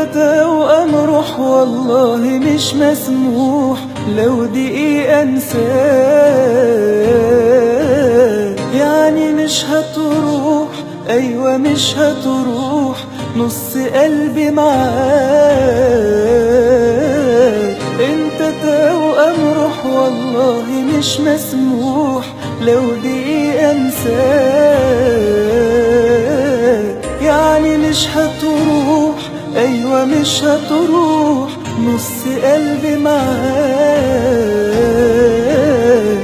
توأم روح والله مش مسموح لو دقيقة انساك. يعني مش هتروح، ايوه مش هتروح نص قلبي معاك. انت توأم روح والله مش مسموح لو دقيقة انساك. يعني مش هتروح، ايوه مش هتروح نص قلبي معاك.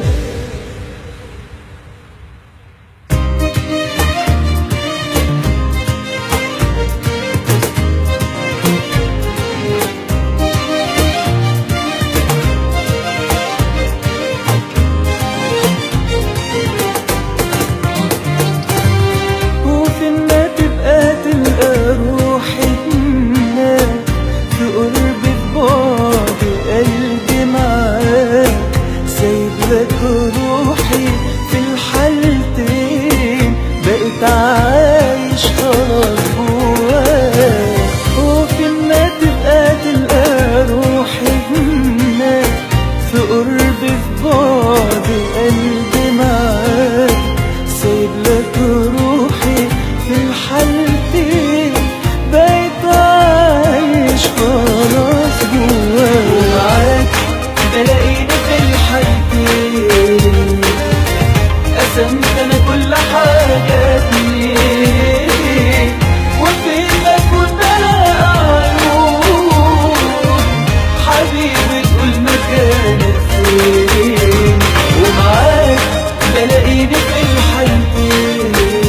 روحي في الحالتين بقيت عايش خلاص جواك. وفي ما تبقى تلقى روحي هناك، في قرب في بعد قلبي معاك. سايب لك روحي في الحالتين بقيت عايش خلاص جواك. ومعاك بلاقيني في الحالتين قسمت انا كل حاجة فيك. وفين ما كنت الاقي عيون حبيبي تقول مكانك فين. ومعاك بلاقيني في الحالتين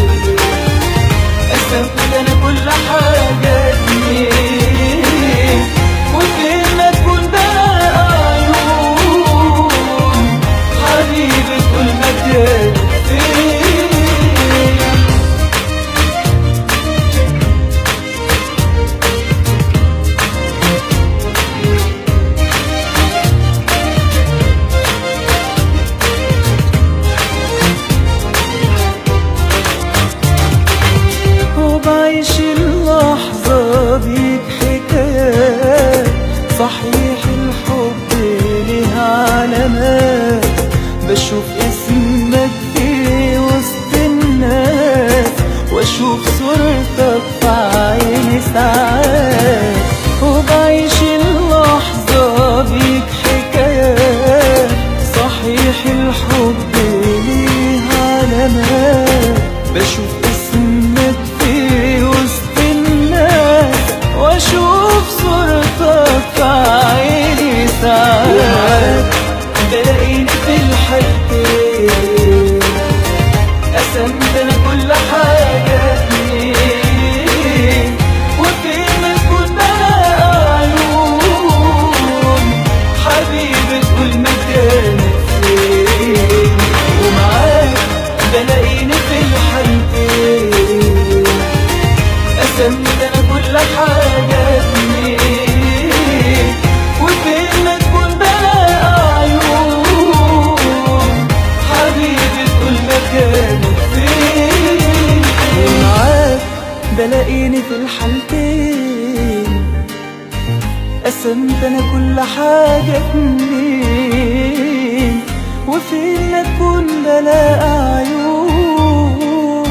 قسمت انا كل حاجة فيك. وفين ما كنت الاقي عيون حبيبي تقول مكانك بعيش اللحظة بيك حكايات. صحيح الحب ليه علامات، بشوف اسمك في وسط الناس واشوف صورتك في عيني ساعات. وبعيش اللحظة بيك حكايات. صحيح الحب ليه علامات، بشوف اسمك في وسط الناس واشوف صورتك في عيني ساعات. بلاقيني في الحالتين قسمت انا كل حاجة فيك. وفين ما تكون بلاقي عيون حبيبي تقول مكانك فين. ومعاك بلاقيني في الحالتين قسمت انا كل حاجة فيك. وفين ما تكون بلاقي عيون حبيبي تقول مكانك فين. ومعاك بلاقيني في الحالتين قسمت انا كل حاجة فيك. وفين ما تكون بلاقي عيون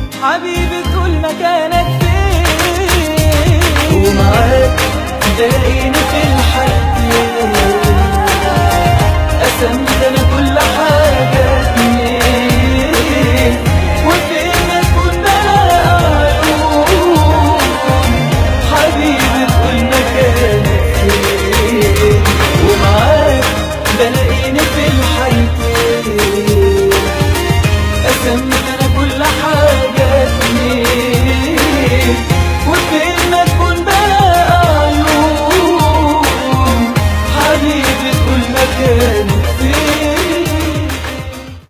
حبيبي تقول مكانك فين. ومعاك بلاقي